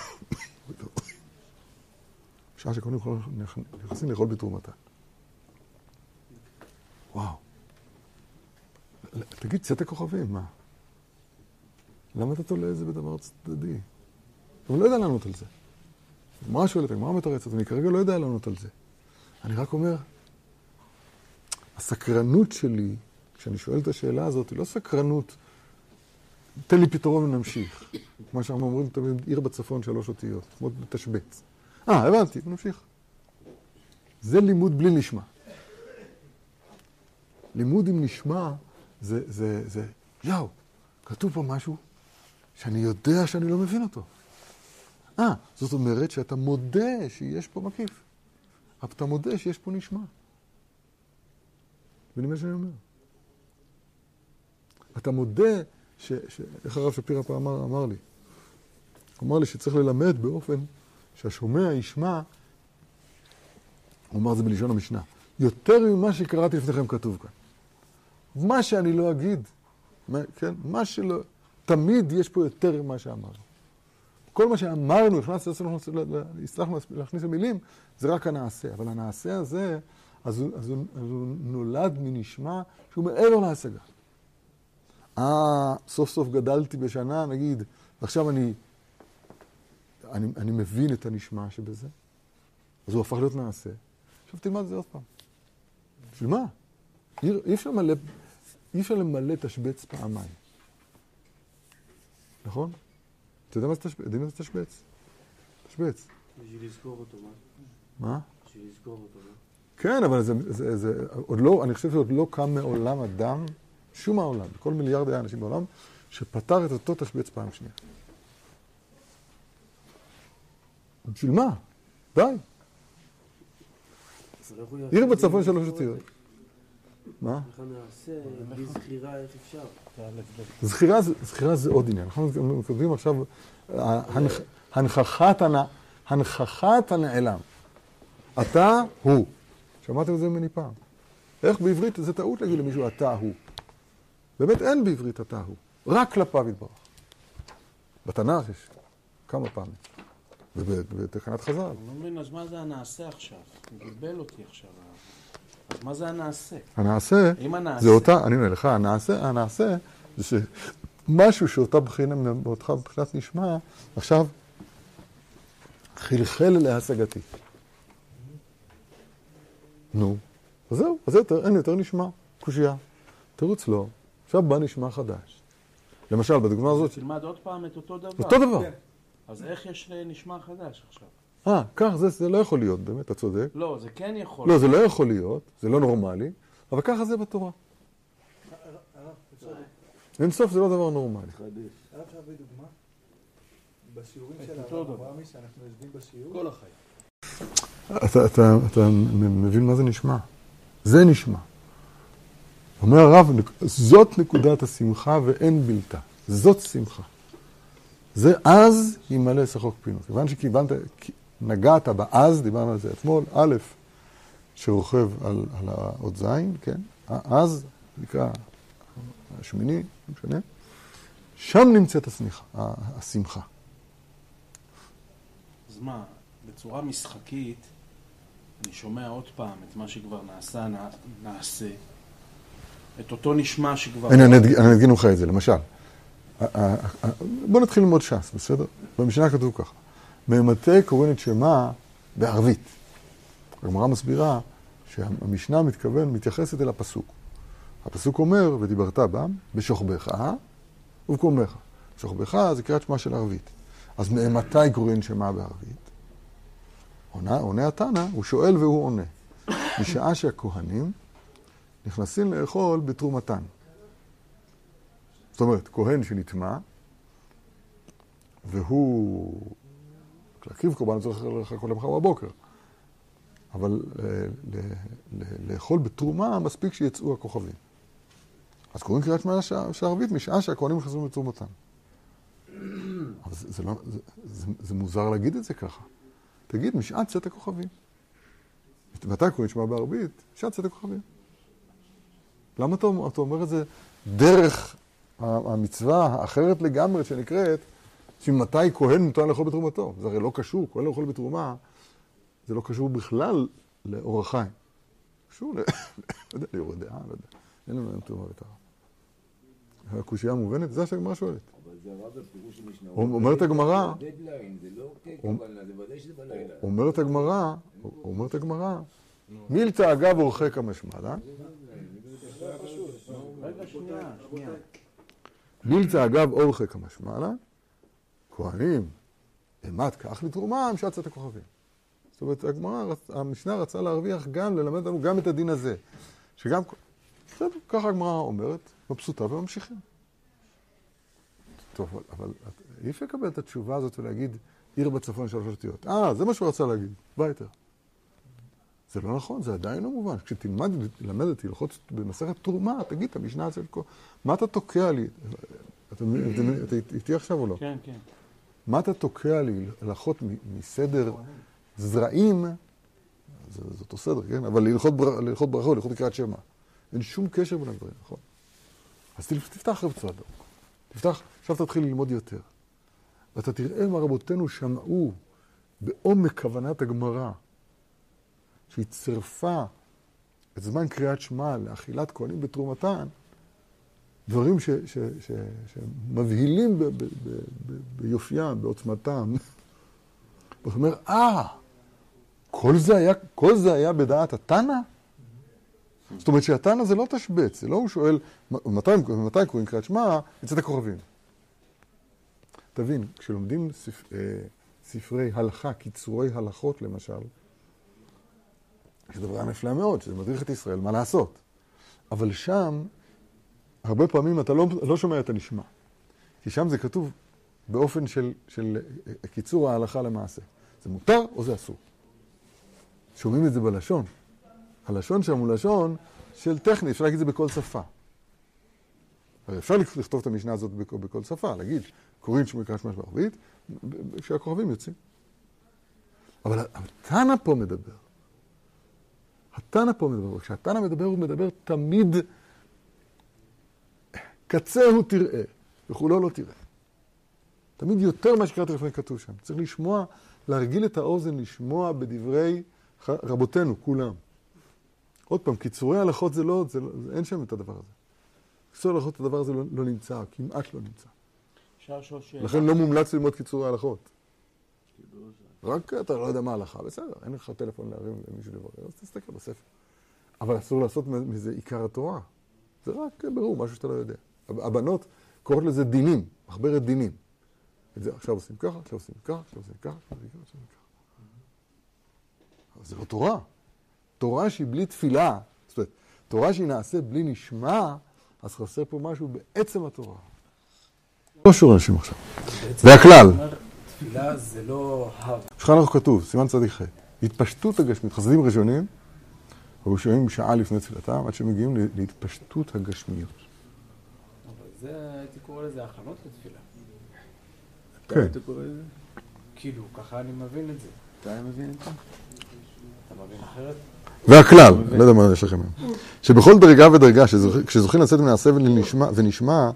A: בשעה שהכהנים נכנסים לאכול בתרומתה. וואו. תגיד, צאת הכוכבים, מה? למה אתה תולה את זה בדבר צדדי? אני לא יודע לענות על זה. מה שואלת, מה מתרצת? אני כרגע לא יודע לענות על זה. אני רק אומר, הסקרנות שלי, כשאני שואל את השאלה הזאת, היא לא סקרנות, תן לי פתרון ונמשיך. כמו שאנחנו אומרים, תמיד עיר בצפון שלוש אותיות, כמו תשבץ. אה, הבנתי, נמשיך. זה לימוד בלי נשמע. לימוד עם נשמע, זה, זה, זה, יאו, כתוב פה משהו שאני יודע שאני לא מבין אותו. אה, זאת אומרת שאתה מודה שיש פה מקיף. אבל אתה מודה שיש פה נשמע. מבינים מה שאני אומר? אתה מודה, ש, ש, איך הרב שפירא פעם אמר, אמר לי? הוא אמר לי שצריך ללמד באופן שהשומע ישמע, הוא אמר את זה בלשון המשנה, יותר ממה שקראתי לפניכם כתוב כאן. מה שאני לא אגיד, מה, כן? מה שלא, תמיד יש פה יותר ממה שאמרנו. כל מה שאמרנו, הכנסנו, הצלחנו להכניס למילים, זה רק הנעשה. אבל הנעשה הזה, אז הוא, אז הוא, אז הוא נולד מנשמע שהוא מעבר להשגה. אה, סוף סוף גדלתי בשנה, נגיד, ועכשיו אני, אני, אני מבין את הנשמע שבזה, אז הוא הפך להיות נעשה. עכשיו תלמד את זה עוד פעם. בשביל מה? אי, אי אפשר למלא, אי אפשר למלא תשבץ פעמיים. נכון? אתה יודע מה זה תשבץ? יודעים מה זה תשבץ? תשבץ.
C: בשביל לזכור אותו, מה?
A: מה?
C: בשביל לזכור אותו, מה?
A: כן, אבל זה, זה, זה, עוד לא, אני חושב שעוד לא קם מעולם אדם, שום העולם, כל מיליארד היה אנשים בעולם, שפתר את אותו תשבץ פעם שנייה. בשביל מה? די. עיר בצפון שלוש אותיות. מה?
C: איך נעשה, בלי זכירה, איך אפשר?
A: זכירה, זכירה זה עוד עניין. אנחנו מקבלים עכשיו הנכ, הנחכת, הנחכת הנעלם. אתה הוא. שמעתם את זה ממני פעם. איך בעברית זה טעות להגיד למישהו אתה הוא. באמת אין בעברית אתה הוא. רק כלפיו יתברך. בתנ"ך יש כמה פעמים. ובתקנת חז"ל.
D: אני לא מבין, אז מה זה הנעשה עכשיו? מבלבל אותי עכשיו. אז מה זה הנעשה?
A: הנעשה, זה אותה, אני אומר לך, הנעשה, הנעשה, זה שמשהו שאותה בחינה, באותך בחינת נשמע, עכשיו חלחל להשגתי. נו, אז זהו, אז יותר, אין יותר נשמע, קושייה. תירוץ לא, עכשיו בא נשמע חדש. למשל, בדוגמה הזאת...
D: תלמד עוד פעם את אותו דבר.
A: אותו דבר.
D: אז איך יש נשמע חדש עכשיו?
A: אה, כך, זה, זה לא יכול להיות, באמת, אתה צודק.
D: לא, זה כן יכול.
A: לא, זה לא יכול להיות, זה לא נורמלי, אבל ככה זה בתורה. אין סוף זה לא דבר נורמלי.
E: אפשר להביא דוגמה? בשיעורים של אברהמי, שאנחנו יושבים בשיעור?
B: כל החיים.
A: אתה, אתה, אתה מבין מה זה נשמע? זה נשמע. אומר הרב, זאת נקודת השמחה ואין בלתה. זאת שמחה. זה אז ימלא שחוק פינות. כיוון שכיוונת, נגעת באז, דיברנו על זה אתמול, א', שרוכב על, על האות זין, כן? אז נקרא השמיני, לא משנה. שם נמצאת השמחה, השמחה.
D: אז מה, בצורה משחקית, אני שומע עוד פעם את מה שכבר נעשה, נעשה, את אותו נשמע שכבר...
A: אני, אני, אני אדגין לך את זה, למשל. בוא נתחיל ללמוד ש"ס, בסדר? במשנה כתוב ככה. ממתי קוראים את שמה בערבית. הגמרא מסבירה שהמשנה מתכוון, מתייחסת אל הפסוק. הפסוק אומר, ודיברת בם, בשוכבך ובקומך. בשוכבך זה קריאת שמה של ערבית. אז ממתי קוראים שמה בערבית? עונה, עונה התנא, הוא שואל והוא עונה. משעה שהכהנים נכנסים לאכול בתרומתן. זאת אומרת, כהן שנטמע, והוא להקריב קורבן צריך לחכות למחר בבוקר. אבל לאכול בתרומה מספיק שיצאו הכוכבים. אז קוראים קריאת שמע של ערבית משעה שהכהנים נכנסים לתרומתן. אבל זה, זה, לא, זה, זה, זה מוזר להגיד את זה ככה. תגיד, משעת צאת הכוכבים. מתי קוראים שמע בערבית? משעת צאת הכוכבים. למה אתה, אתה אומר את זה דרך המצווה האחרת לגמרי שנקראת, שמתי כהן מותר לאכול בתרומתו? זה הרי לא קשור, כהן לאכול בתרומה, זה לא קשור בכלל לאורח חיים. קשור ל... לא יודע, ליורד דעה, לא יודע. אין לנו תרומה יותר. הקושייה מובנת, זה שהגמרא שואלת.
F: אבל זה הרב בפירוש המשנה.
A: אומרת הגמרא,
F: דדליין, זה לא ככוונה, זה ודאי שזה בלילה.
A: אומרת הגמרא, אומרת הגמרא, מילתא אגב אורחק המשמע,
D: רגע, שנייה, שנייה.
A: מילתא אגב אורחק המשמע, כהנים, אמת כך לתרומה, משעת צאת הכוכבים. זאת אומרת, הגמרא, המשנה רצה להרוויח גם, ללמד לנו גם את הדין הזה. שגם, בסדר, ככה הגמרא אומרת, בפשוטה וממשיכים. טוב, אבל אי אפשר לקבל את התשובה הזאת ולהגיד, עיר בצפון שלוש אותיות. אה, זה מה שהוא רצה להגיד, בא יותר. זה לא נכון, זה עדיין לא מובן. כשתלמד, תלמד את הלכות במסכת תרומה, תגיד, את המשנה אצל כל... מה אתה תוקע לי? אתה איתי עכשיו או לא?
D: כן, כן.
A: מה אתה תוקע לי הלכות מסדר זרעים? זה אותו סדר, כן? אבל להלכות ברכה, להלכות לקראת שמע. אין שום קשר בין הדברים, נכון? אז תפתח רב צדוק. תפתח, עכשיו תתחיל ללמוד יותר. ואתה תראה מה רבותינו שמעו בעומק כוונת הגמרא, שהיא צירפה את זמן קריאת שמע לאכילת כהנים בתרומתן, דברים ש, ש, ש, שמבהילים ב, ב, ב, ב, ביופיים, בעוצמתם. זאת אומרת, אה, כל זה היה, כל זה היה בדעת התנא? זאת אומרת שהתנא זה לא תשבץ, זה לא הוא שואל, מתי, מתי קוראים קריאת שמע, יצאת הכוכבים. תבין, כשלומדים ספ... ספרי הלכה, קיצורי הלכות למשל, יש דבר נפלא מאוד, שזה מדריך את ישראל, מה לעשות. אבל שם, הרבה פעמים אתה לא, לא שומע את הנשמע. כי שם זה כתוב באופן של, של קיצור ההלכה למעשה. זה מותר או זה אסור? שומעים את זה בלשון. הלשון שם הוא לשון של טכני, אפשר להגיד את זה בכל שפה. הרי אפשר לכתוב את המשנה הזאת בכל, בכל שפה, להגיד, קוראים שמי קרא שמש בערבית, כשהכוכבים יוצאים. אבל התנא פה מדבר. התנא פה מדבר. כשהתנא מדבר, הוא מדבר תמיד קצהו תראה, וכולו לא תראה. תמיד יותר מה שקראתי לפני כתוב שם. צריך לשמוע, להרגיל את האוזן, לשמוע בדברי רבותינו, כולם. עוד פעם, קיצורי הלכות זה לא, זה לא, אין שם את הדבר הזה. קיצורי הלכות, הדבר הזה לא, לא נמצא, כמעט לא נמצא. לכן לא מומלץ ללמוד קיצורי הלכות. רק אתה לא יודע מה הלכה, בסדר, אין לך טלפון להרים למישהו לברר, אז תסתכל בספר. אבל אסור לעשות מזה עיקר התורה. זה רק ברור, משהו שאתה לא יודע. הבנות קוראות לזה דינים, מחברת דינים. את זה עכשיו עושים ככה, עכשיו עושים ככה, עכשיו עושים ככה, עכשיו עושים ככה, עכשיו עושים ככה. אבל זה לא תורה. תורה שהיא בלי תפילה, זאת אומרת, תורה שהיא נעשה בלי נשמע, אז חסר פה משהו בעצם התורה. לא שור אנשים עכשיו. והכלל.
C: תפילה זה לא הר.
A: שולחן ערוך כתוב, סימן צדיק ח', התפשטות הגשמית, חסדים ראשונים, היו שומעים שעה לפני תפילתם, עד שמגיעים להתפשטות הגשמיות.
C: אבל זה, הייתי קורא לזה הכנות לתפילה.
A: כן.
F: אתה קורא לזה?
C: כאילו, ככה אני מבין את זה.
F: אתה מבין את זה?
C: אתה מבין אחרת?
A: והכלל, לא יודע מה יש לכם היום, שבכל דרגה ודרגה, כשזוכים לצאת מנעשה ונשמע,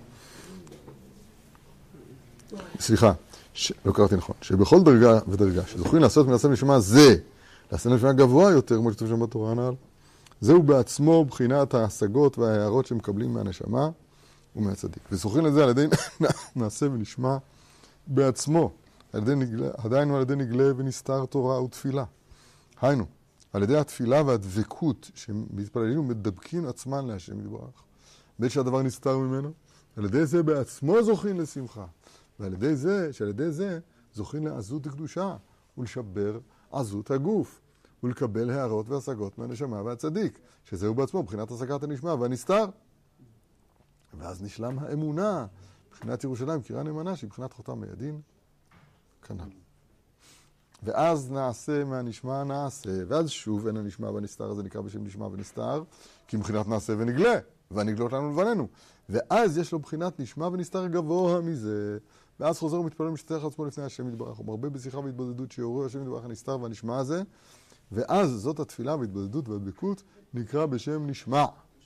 A: סליחה, לא קראתי נכון, שבכל דרגה ודרגה, שזוכים לעשות מנעשה ונשמע זה, לעשות נשמע גבוה יותר, כמו שכתוב שם בתורה הנ"ל, זהו בעצמו בחינת ההשגות וההערות שמקבלים מהנשמה ומהצדיק. וזוכים לזה על ידי נעשה ונשמע בעצמו, עדיין על ידי נגלה ונסתר תורה ותפילה. היינו, על ידי התפילה והדבקות שמתפללים ומדבקים עצמן להשם יתברך, בין שהדבר נסתר ממנו, על ידי זה בעצמו זוכים לשמחה, ועל ידי זה, שעל ידי זה זוכים לעזות הקדושה ולשבר עזות הגוף, ולקבל הערות והשגות מהנשמה והצדיק, שזהו בעצמו בחינת השגת הנשמע והנסתר. ואז נשלם האמונה, בחינת ירושלים, קירה נאמנה, שהיא בחינת חותם הידין, כנ"ל. ואז נעשה מהנשמע נעשה, ואז שוב אין הנשמע והנסתר, זה נקרא בשם נשמע ונסתר, כי מבחינת נעשה ונגלה, והנגלות לנו לבננו. ואז יש לו בחינת נשמע ונסתר גבוה מזה, ואז חוזר ומתפלל ומשתתח עצמו לפני השם יתברך, הוא מרבה בשיחה והתבודדות שיעורר השם יתברך הנסתר והנשמע הזה, ואז זאת התפילה והתבודדות והדבקות נקרא בשם נשמע.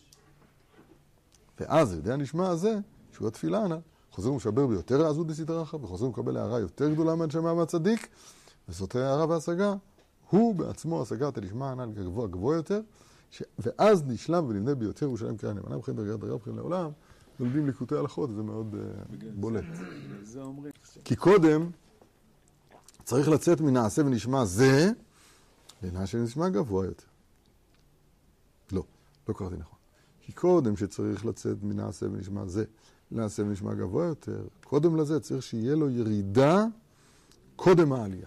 A: ואז על ידי הנשמע הזה, שהוא התפילה, חוזר ומשבר ביותר העזות בסדרחה, וחוזר ומקבל הערה יותר גדולה מהנשמה והצדיק, וזאת הערה והשגה, הוא בעצמו השגת הנשמע הנ"ל גבוה גבוה יותר, ש... ואז נשלם ונבנה ביותר ירושלים קירה נאמנה, וכן דרגה דרגה וכן לעולם, לומדים ליקוטי הלכות, זה מאוד uh, בולט. כי קודם צריך לצאת מנעשה ונשמע זה, לנעשה ונשמע גבוה יותר. לא, לא קראתי נכון. כי קודם שצריך לצאת מנעשה ונשמע זה, לנעשה ונשמע גבוה יותר, קודם לזה צריך שיהיה לו ירידה קודם העלייה.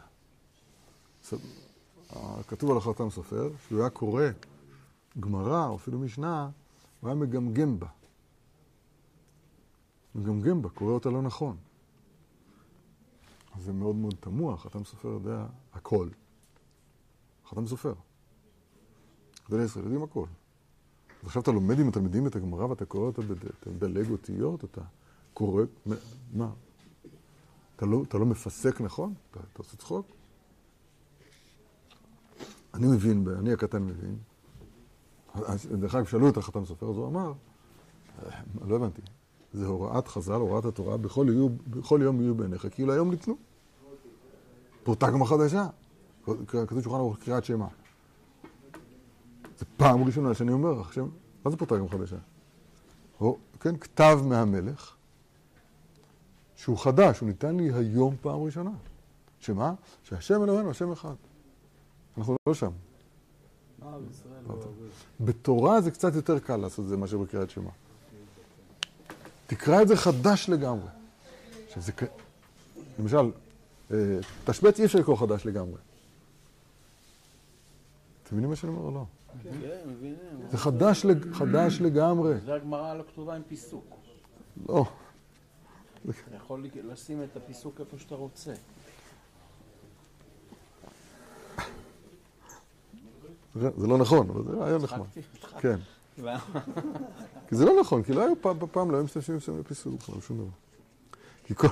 A: כתוב על החתם סופר, שהוא היה קורא גמרא, או אפילו משנה, הוא היה מגמגם בה. מגמגם בה, קורא אותה לא נכון. אז זה מאוד מאוד תמוה, חתם סופר יודע הכל. חתם סופר. גדולי ישראל יודעים הכל. אז עכשיו אתה לומד עם התלמידים את הגמרא, ואתה קורא אותה, אתה מדלג אותיות, אתה קורא, מה? אתה לא, אתה לא מפסק נכון? אתה, אתה עושה צחוק? אני מבין, אני הקטן מבין. דרך אגב, שאלו את החתם סופר, אז הוא אמר, לא הבנתי, זה הוראת חז"ל, הוראת התורה, בכל יום, בכל יום יהיו בעיניך, כאילו היום ניתנו. פורטה גמרא חדשה. כתוב שולחן ערוך קריאת שמע. זה פעם ראשונה שאני אומר, עכשיו, מה זה פורטה גמרא חדשה? או, כן, כתב מהמלך, שהוא חדש, הוא ניתן לי היום פעם ראשונה. שמה? שהשם אלוהינו, השם אחד. אנחנו לא שם.
B: מה בישראל לא עובד?
A: בתורה זה קצת יותר קל לעשות את זה מאשר בקריאת שמע. תקרא את זה חדש לגמרי. שזה, למשל, תשבץ אי אפשר לקרוא חדש לגמרי. אתם מבינים מה שאני אומר או לא?
D: כן, מבינים.
A: זה חדש לגמרי.
D: זה הגמרא לא כתובה עם פיסוק.
A: לא.
D: אתה יכול לשים את הפיסוק איפה שאתה רוצה.
A: זה לא נכון, אבל זה רעיון נחמד. כן. כי זה לא נכון, כי לא היו פעם, לא היו משתמשים שם לפיסוק, לא שום דבר. כי כל...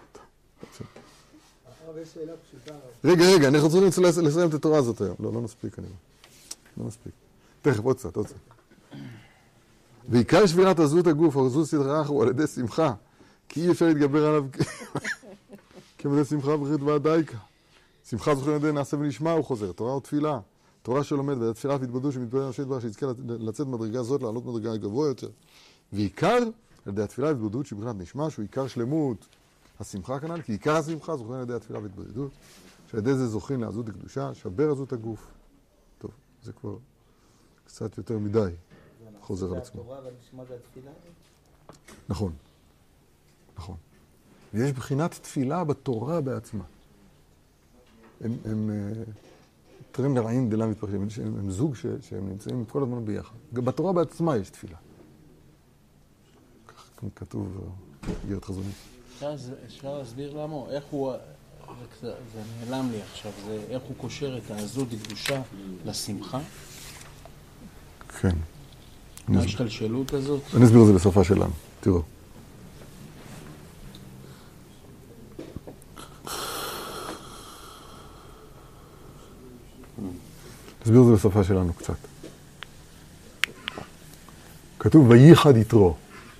A: רגע, רגע, אני רוצה לסיים את התורה הזאת היום. לא, לא נספיק, אני לא נספיק. תכף, עוד קצת, עוד קצת. ועיקר שבירת עזות הגוף, או עזות סדרה אחר, הוא על ידי שמחה, כי אי אפשר להתגבר עליו כמדי שמחה ברכת ועדייקה. שמחה זוכר על ידי נעשה ונשמע, הוא חוזר, תורה או תפילה. תורה שלומד, והתפילה והתבודדות שמתפלל על השם יתברך, שיזכה לצאת מדרגה זאת, לעלות מדרגה גבוה יותר. ועיקר על ידי התפילה והתבודדות שבבחינת נשמע, שהוא עיקר שלמות השמחה כנ"ל, כי עיקר השמחה זוכר על ידי התפילה והתבודדות, שעל ידי זה זוכים לעזות הקדושה, שבר עזות הגוף. טוב, זה כבר קצת יותר מדי חוזר על עצמו.
E: התורה והנשמה זה התפילה?
A: נכון, נכון. ויש בחינת תפילה בתורה בעצמה. הם, הם תרים לרעים דלה מתפרשים, הם, הם זוג ש, שהם נמצאים כל הזמן ביחד. גם בתורה בעצמה יש תפילה. כך כתוב בגרת חזונית.
D: אפשר להסביר למה? איך הוא, זה, זה נעלם לי עכשיו, זה איך הוא קושר את העזות הקדושה לשמחה?
A: כן.
D: מה ההשתלשלות הזאת?
A: אני אסביר את זה בשפה שלנו, תראו. נסביר את זה בשפה שלנו קצת. כתוב וייחד יתרו.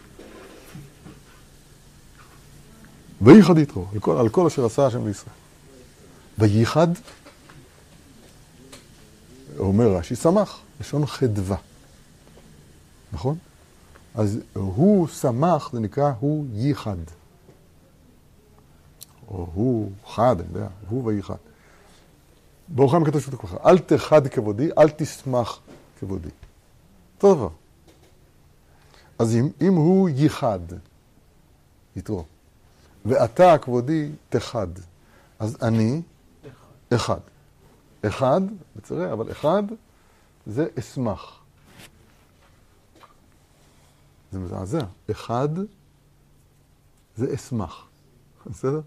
A: וייחד יתרו, על כל, על כל אשר עשה השם לישראל. וייחד, אומר רש"י, שמח, לשון חדווה. נכון? אז הוא שמח, זה נקרא הוא ייחד. או הוא חד, אני יודע, הוא וייחד. ברוך הם כתוב שאתה ככה, אל תחד כבודי, אל תשמח כבודי. אותו דבר. אז אם, אם הוא ייחד, יתרו, ואתה כבודי תחד, אז אני אחד. אחד, בצרה, אבל אחד זה אשמח. זה מזעזע. אחד זה אשמח. בסדר?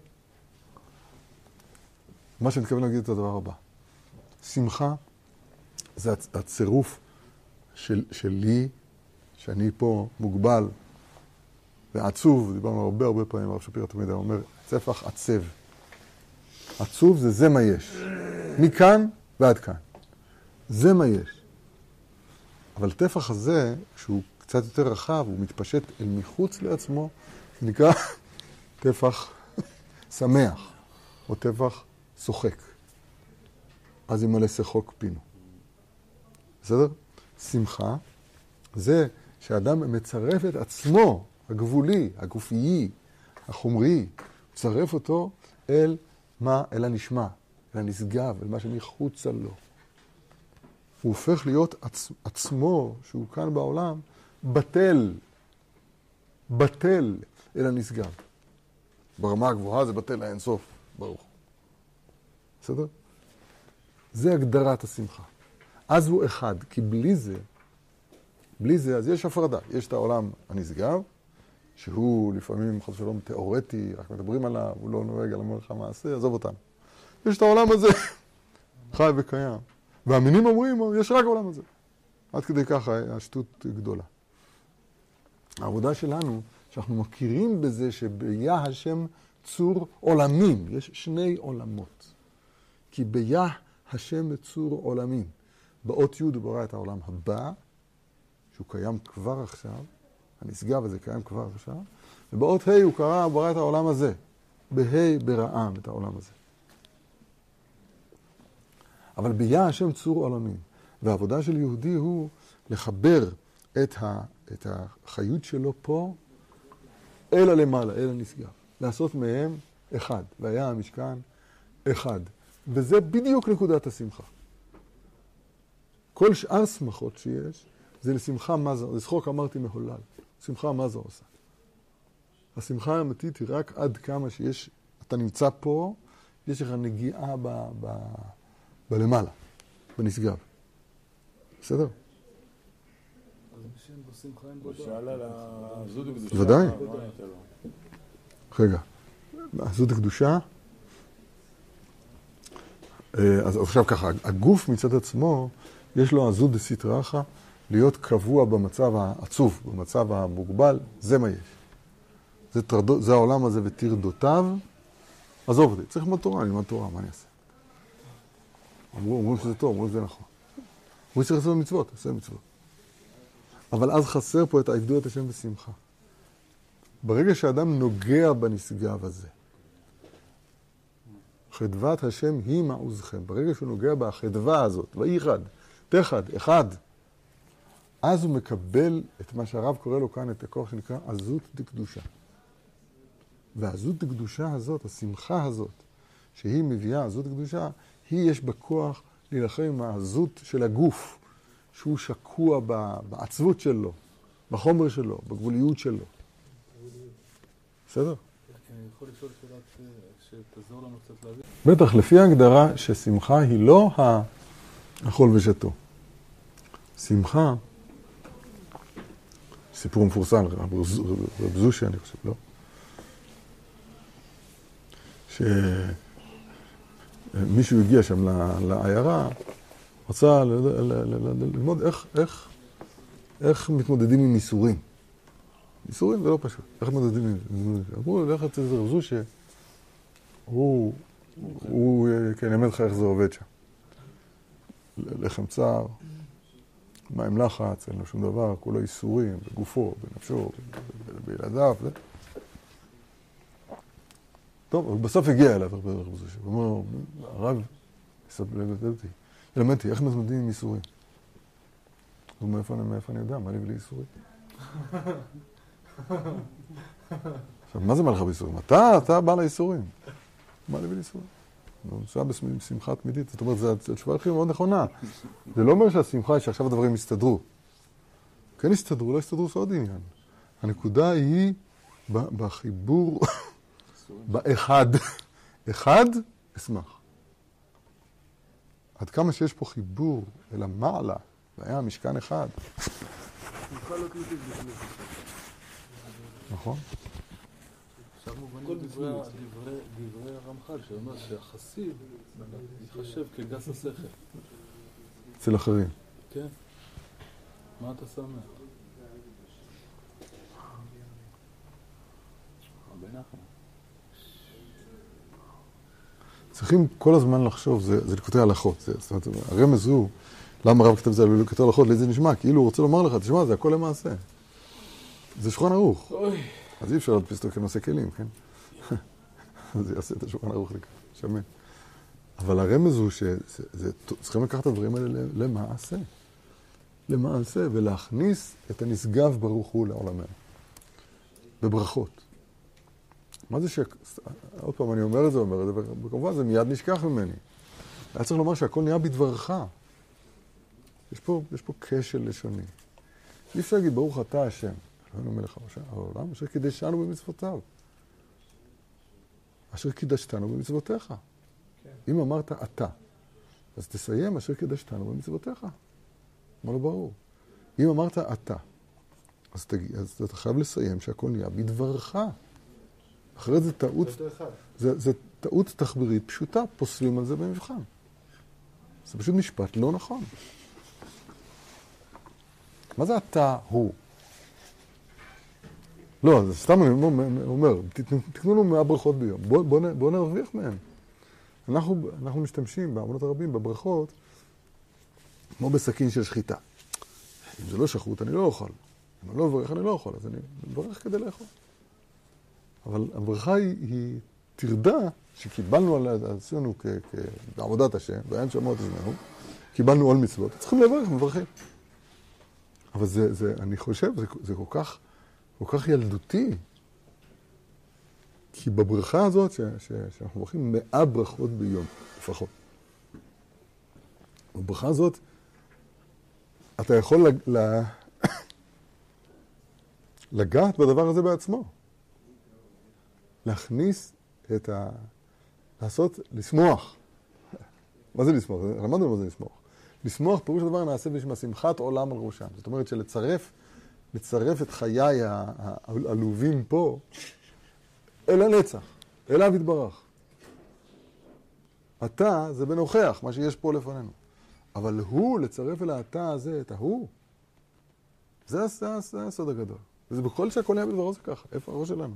A: מה שאני מתכוון להגיד את הדבר הבא. שמחה זה הצירוף של, שלי, שאני פה מוגבל ועצוב, דיברנו הרבה הרבה פעמים, הרב שפירא תמיד אומר, צפח עצב. עצוב זה זה מה יש. מכאן ועד כאן. זה מה יש. אבל טפח הזה, שהוא קצת יותר רחב, הוא מתפשט אל מחוץ לעצמו, זה נקרא טפח שמח, או טפח שוחק. אז ימלא שחוק פינו. בסדר? שמחה זה שאדם מצרף את עצמו, הגבולי, הגופיי, החומרי, מצרף אותו אל מה? אל הנשמע, אל הנשגב, אל מה שמחוצה לו. הוא הופך להיות עצ... עצמו, שהוא כאן בעולם, בטל, בטל אל הנשגב. ברמה הגבוהה זה בטל לאינסוף, ברוך. בסדר? זה הגדרת השמחה. אז הוא אחד, כי בלי זה, בלי זה, אז יש הפרדה. יש את העולם הנשגב, שהוא לפעמים חס ושלום תיאורטי, רק מדברים עליו, הוא לא נוהג על המלך המעשה, עזוב אותנו. יש את העולם הזה, חי וקיים. והמינים אומרים, יש רק העולם הזה. עד כדי ככה, השטות גדולה. העבודה שלנו, שאנחנו מכירים בזה שביה השם צור עולמים. יש שני עולמות. כי ביה השם צור עולמים. באות י' הוא ברא את העולם הבא, שהוא קיים כבר עכשיו, הנשגב הזה קיים כבר עכשיו, ובאות ה' הוא קרא, הוא ברא את העולם הזה. בה' ברעם את העולם הזה. אבל ביה השם צור עולמים. והעבודה של יהודי הוא לחבר את, ה, את החיות שלו פה אל הלמעלה, אל הנשגב. לעשות מהם אחד. והיה המשכן אחד. וזה בדיוק נקודת השמחה. כל שאר שמחות שיש, זה לשמחה מה זה, לשחוק אמרתי מהולל. שמחה מה זה עושה. השמחה האמיתית היא רק עד כמה שיש, אתה נמצא פה, יש לך נגיעה ב, ב, בלמעלה, בנשגב. בסדר?
B: אז בשם בו שמחה אין בו דעת.
D: שאל על הזוד הקדושה.
A: ודאי.
D: מה הייתה לו?
A: רגע, הזוד הקדושה. אז עכשיו ככה, הגוף מצד עצמו, יש לו הזוד דסתרא אחא, להיות קבוע במצב העצוב, במצב המוגבל, זה מה יש. זה, תרדו, זה העולם הזה וטרדותיו. עזוב אותי, צריך ללמוד תורה, אני אלמד תורה, מה אני אעשה? אמרו, אמרו שזה טוב, אמרו שזה נכון. אמרו שצריך לעשות מצוות, עושה מצוות. אבל אז חסר פה את העבדו את השם בשמחה. ברגע שאדם נוגע בנשגב הזה, חדוות השם היא מעוזכם. ברגע שהוא נוגע בחדווה הזאת, ואי אחד, תחד, אחד, אז הוא מקבל את מה שהרב קורא לו כאן, את הכוח שנקרא עזות דקדושה. והעזות דקדושה הזאת, השמחה הזאת, שהיא מביאה עזות דקדושה, היא יש בה כוח להילחם עם העזות של הגוף, שהוא שקוע בעצבות שלו, בחומר שלו, בגבוליות שלו. בסדר?
B: אני יכול לשאול שאלה שתעזור לנו קצת להבין?
A: בטח, לפי ההגדרה ששמחה היא לא האכול ושתו. שמחה, סיפור מפורסם, רב זושי אני חושב, לא? שמישהו הגיע שם לעיירה, רצה ללמוד איך, איך, איך מתמודדים עם ייסורים. ייסורים זה לא פשוט. איך מתמודדים עם ייסורים? אמרו, לך אצל רב זושי, הוא, הוא כן, ילמד לך איך זה עובד שם. לחם צער, מים לחץ, אין לו שום דבר, כולו ייסורים, בגופו, בנפשו, בילדיו. טוב, בסוף הגיע אליו, הוא אומר, הרב, ילמדתי, איך מתמודדים עם ייסורים? הוא אומר, מאיפה אני יודע? מה לי בלי ייסורים? עכשיו, מה זה מה לך בייסורים? אתה, אתה בא לייסורים. מה לי בלי ייסורים? הוא נוסע בשמחה תמידית, זאת אומרת, זו התשובה הכי מאוד נכונה. זה לא אומר שהשמחה היא שעכשיו הדברים יסתדרו. כן יסתדרו, לא יסתדרו, זה עוד עניין. הנקודה היא בחיבור, באחד. אחד, אשמח. עד כמה שיש פה חיבור אל המעלה, והיה משכן אחד. נכון?
B: עכשיו מובנים דברי הרמח"ל, שאומר שהחסיד יחשב כגס השכל.
A: אצל אחרים.
B: כן. מה אתה שמח? הרבה נחמן.
A: צריכים כל הזמן לחשוב, זה, זה לקוטי הלכות. זה, זאת אומרת, הרמז הוא, למה הרב כתב זה על לקוטי הלכות, לאיזה נשמע? כאילו הוא רוצה לומר לך, תשמע, זה הכל למעשה. זה שולחן ערוך.
B: אוי.
A: אז אי אפשר להדפיס אותו כנושא כלים, כן? אז זה יעשה את השולחן ערוך לכאן, שמן. אבל הרמז הוא שצריכים לקחת את הדברים האלה למעשה. למעשה, ולהכניס את הנשגב ברוך הוא לעולמנו. בברכות. מה זה ש... עוד פעם, אני אומר את זה, אומר את זה, וכמובן זה מיד נשכח ממני. היה צריך לומר שהכל נהיה בדברך. יש פה, יש פה כשל לשוני. אי אפשר להגיד, ברוך אתה השם. אלוהינו מלך העולם, אשר קידשנו במצוותיו. אשר קידשתנו במצוותיך. כן. אם אמרת אתה, אז תסיים אשר קידשתנו במצוותיך. מה לא ברור? אם אמרת אתה, אז, תג... אז אתה חייב לסיים שהכל נהיה בדברך. אחרת זה טעות, זה, זה טעות תחבירית פשוטה, פוסלים על זה במבחן. זה פשוט משפט לא נכון. מה זה אתה הוא? לא, זה סתם אני אומר, תקנו לנו מאה ברכות ביום, בואו בוא, בוא נרוויח מהן. אנחנו, אנחנו משתמשים בעמונות הרבים, בברכות, כמו בסכין של שחיטה. אם זה לא שחוט, אני לא אוכל. אם אני לא אברך, אני לא אוכל, אז אני מברך כדי לאכול. אבל הברכה היא, היא תרדה שקיבלנו על עצמנו בעבודת השם, בעין שמות עצמנו, קיבלנו עול מצוות, צריכים לברך, מברכים. אבל זה, זה, אני חושב, זה, זה כל כך, כל כך ילדותי. כי בברכה הזאת, ש, ש, שאנחנו מברכים מאה ברכות ביום, לפחות. בברכה הזאת, אתה יכול לג, ל, לגעת בדבר הזה בעצמו. להכניס את ה... לעשות, לשמוח. מה זה לשמוח? למדנו מה זה לשמוח. לשמוח פירוש הדבר נעשה בשביל שמחת עולם על ראשם. זאת אומרת שלצרף, לצרף את חיי העלובים פה אל הנצח, אליו יתברך. אתה זה בנוכח, מה שיש פה לפנינו. אבל הוא, לצרף אל האתה הזה, את ההוא, זה, זה, זה הסוד הגדול. וזה בכל שהכל נהיה בדברו זה ככה. איפה הראש שלנו?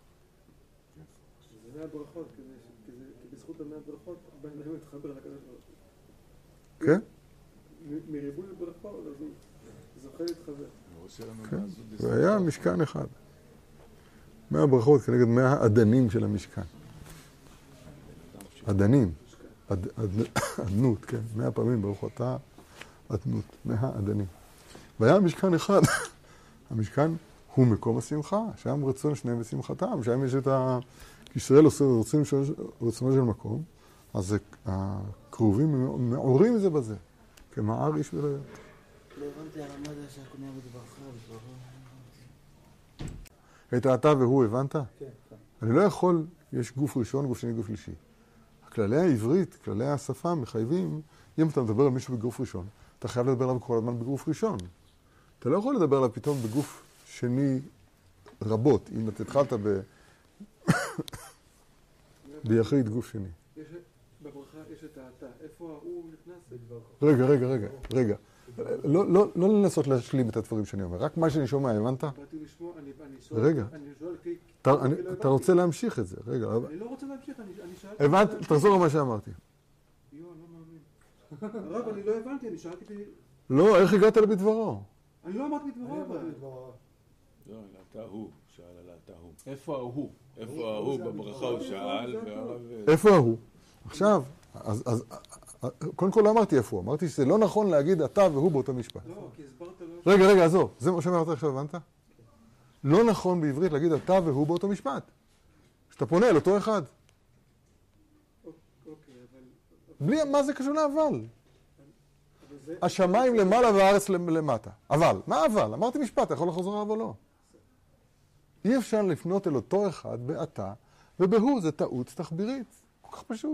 E: זה מאה ברכות, כי בזכות המאה ברכות, בן אדם מתחבר לקדוש ברוך הוא.
A: כן?
E: מריבוי ברכות, אז הוא זוכה להתחבר.
A: כן, והיה משכן אחד. מאה ברכות כנגד מאה עדנים של המשכן. עדנים. עדנות, כן. מאה פעמים ברוך אתה עדנות. מאה עדנים. והיה משכן אחד. המשכן הוא מקום השמחה. שם רצון שניהם ושמחתם. שם יש את ה... ישראל רוצים רצונו של מקום. אז הקרובים מעורים זה בזה. כמער איש ולא...
G: לא הבנתי הרמד שהכל נהיה בדברך, בדברך.
A: את האתה והוא, הבנת?
E: כן.
A: אני לא יכול, יש גוף ראשון, גוף שני, גוף שלישי. כללי העברית, כללי השפה מחייבים, אם אתה מדבר על מישהו בגוף ראשון, אתה חייב לדבר עליו כל הזמן בגוף ראשון. אתה לא יכול לדבר עליו פתאום בגוף שני רבות, אם אתה התחלת ב... ביחיד גוף שני.
E: בברכה יש את האתה. איפה הוא נכנס בדברך?
A: רגע, רגע, רגע, רגע. לא, לא, לא לנסות להשלים את הדברים שאני אומר, רק מה שאני שומע, הבנת?
E: באתי לשמוע, אני שואל...
A: רגע.
E: אני שואל, כי...
A: אתה, אני, אתה רוצה להמשיך את זה, רגע.
E: אני לא רוצה להמשיך, אני שאלתי...
A: הבנת? תחזור על מה שאמרתי.
E: יו, אני לא מאמין. הרב, אני לא הבנתי, אני שאלתי...
A: לא, איך הגעת לבדברו?
E: אני לא אמרתי בדברו, אבל...
F: לא, אתה הוא, שאל על אתה הוא.
D: איפה ההוא?
F: איפה ההוא בברכה הוא שאל, והרב...
A: איפה ההוא? עכשיו, אז, אז, קודם כל לא אמרתי איפה הוא, אמרתי שזה לא נכון להגיד אתה והוא באותו משפט.
E: לא, כי הסברת לו...
A: רגע, רגע, עזוב, זה מה שאמרת עכשיו, הבנת? לא נכון בעברית להגיד אתה והוא באותו משפט. שאתה פונה אל אותו אחד.
E: אוקיי, אבל...
A: בלי, מה זה קשור לאבל? השמיים למעלה והארץ למטה. אבל, מה אבל? אמרתי משפט, אתה יכול לחזור עליו או לא? אי אפשר לפנות אל אותו אחד באתה, ובהוא זה טעות תחבירית. כל כך פשוט.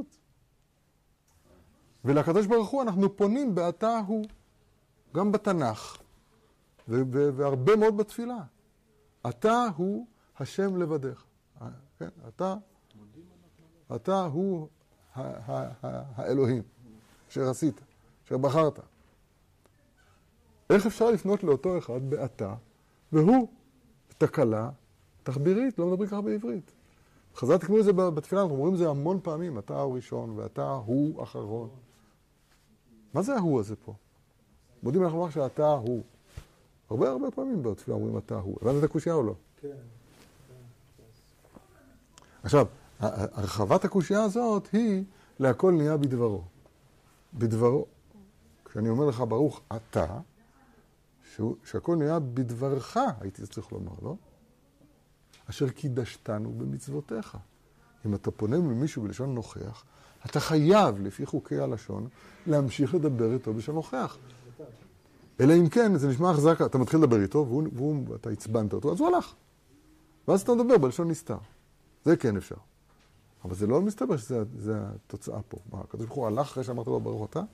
A: ולקדוש ברוך הוא אנחנו פונים באתה הוא, גם בתנ"ך, והרבה מאוד בתפילה. אתה הוא השם לבדך. כן? אתה, אתה הוא האלוהים, אשר עשית, אשר בחרת. איך אפשר לפנות לאותו אחד באתה, והוא תקלה תחבירית, לא מדברים ככה בעברית. חז"ל תקנו את זה בתפילה, אנחנו אומרים את זה המון פעמים, אתה הוא ראשון ואתה הוא אחרון. מה זה ההוא הזה פה? מודים אנחנו אומר שאתה הוא. הרבה הרבה פעמים בתפילה אומרים אתה הוא. הבנת את הקושיה או לא?
E: כן.
A: עכשיו, הרחבת הקושיה הזאת היא להכל נהיה בדברו. בדברו. כשאני אומר לך ברוך אתה, שהכל נהיה בדברך, הייתי צריך לומר, לא? אשר קידשתנו במצוותיך. אם אתה פונה למישהו בלשון נוכח, אתה חייב, לפי חוקי הלשון, להמשיך לדבר איתו בלשון נוכח. אלא אם כן, זה נשמע חזק, אתה מתחיל לדבר איתו, והוא, והוא, אתה הצבנת אותו, אז הוא הלך. ואז אתה מדבר בלשון נסתר. זה כן אפשר. אבל זה לא מסתבר שזה התוצאה פה. מה, הקדוש ברוך הוא הלך אחרי שאמרת לו ברוך אתה?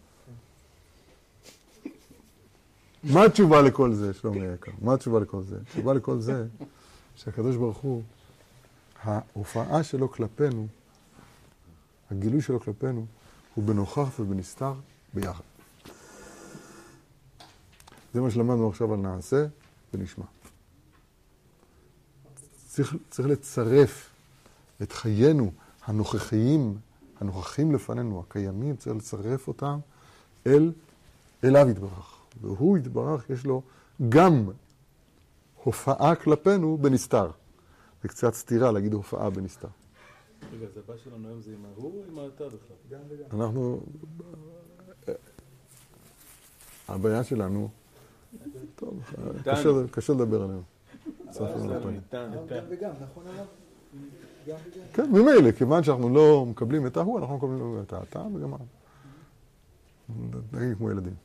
A: מה התשובה לכל זה, שלומי היקר? מה התשובה לכל זה? התשובה לכל זה, שהקדוש ברוך הוא, ההופעה שלו כלפינו, הגילוי שלו כלפינו, הוא בנוכח ובנסתר ביחד. זה מה שלמדנו עכשיו על נעשה ונשמע. צריך, צריך לצרף את חיינו הנוכחיים, הנוכחים לפנינו, הקיימים, צריך לצרף אותם אל, אליו יתברך. והוא יתברך, יש לו גם הופעה כלפינו בנסתר. זה קצת סתירה להגיד הופעה בנסתר.
B: רגע, אז הבא שלנו היום זה עם ההוא או עם האתה בכלל?
E: גם וגם.
A: אנחנו... הבעיה שלנו... טוב, קשה, קשה לדבר עלינו.
E: גם וגם, נכון עליו? גם וגם.
A: כן, ממילא, כיוון שאנחנו לא מקבלים את ההוא, אנחנו מקבלים את האתה וגם נגיד כמו ילדים.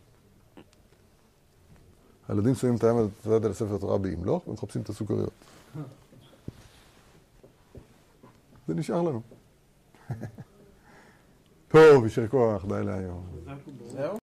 A: הילדים שמים את הים על הספר התורה באמלוך ומחפשים את הסוכריות. זה נשאר לנו. טוב, יישר כוח, די להיום.
D: זהו?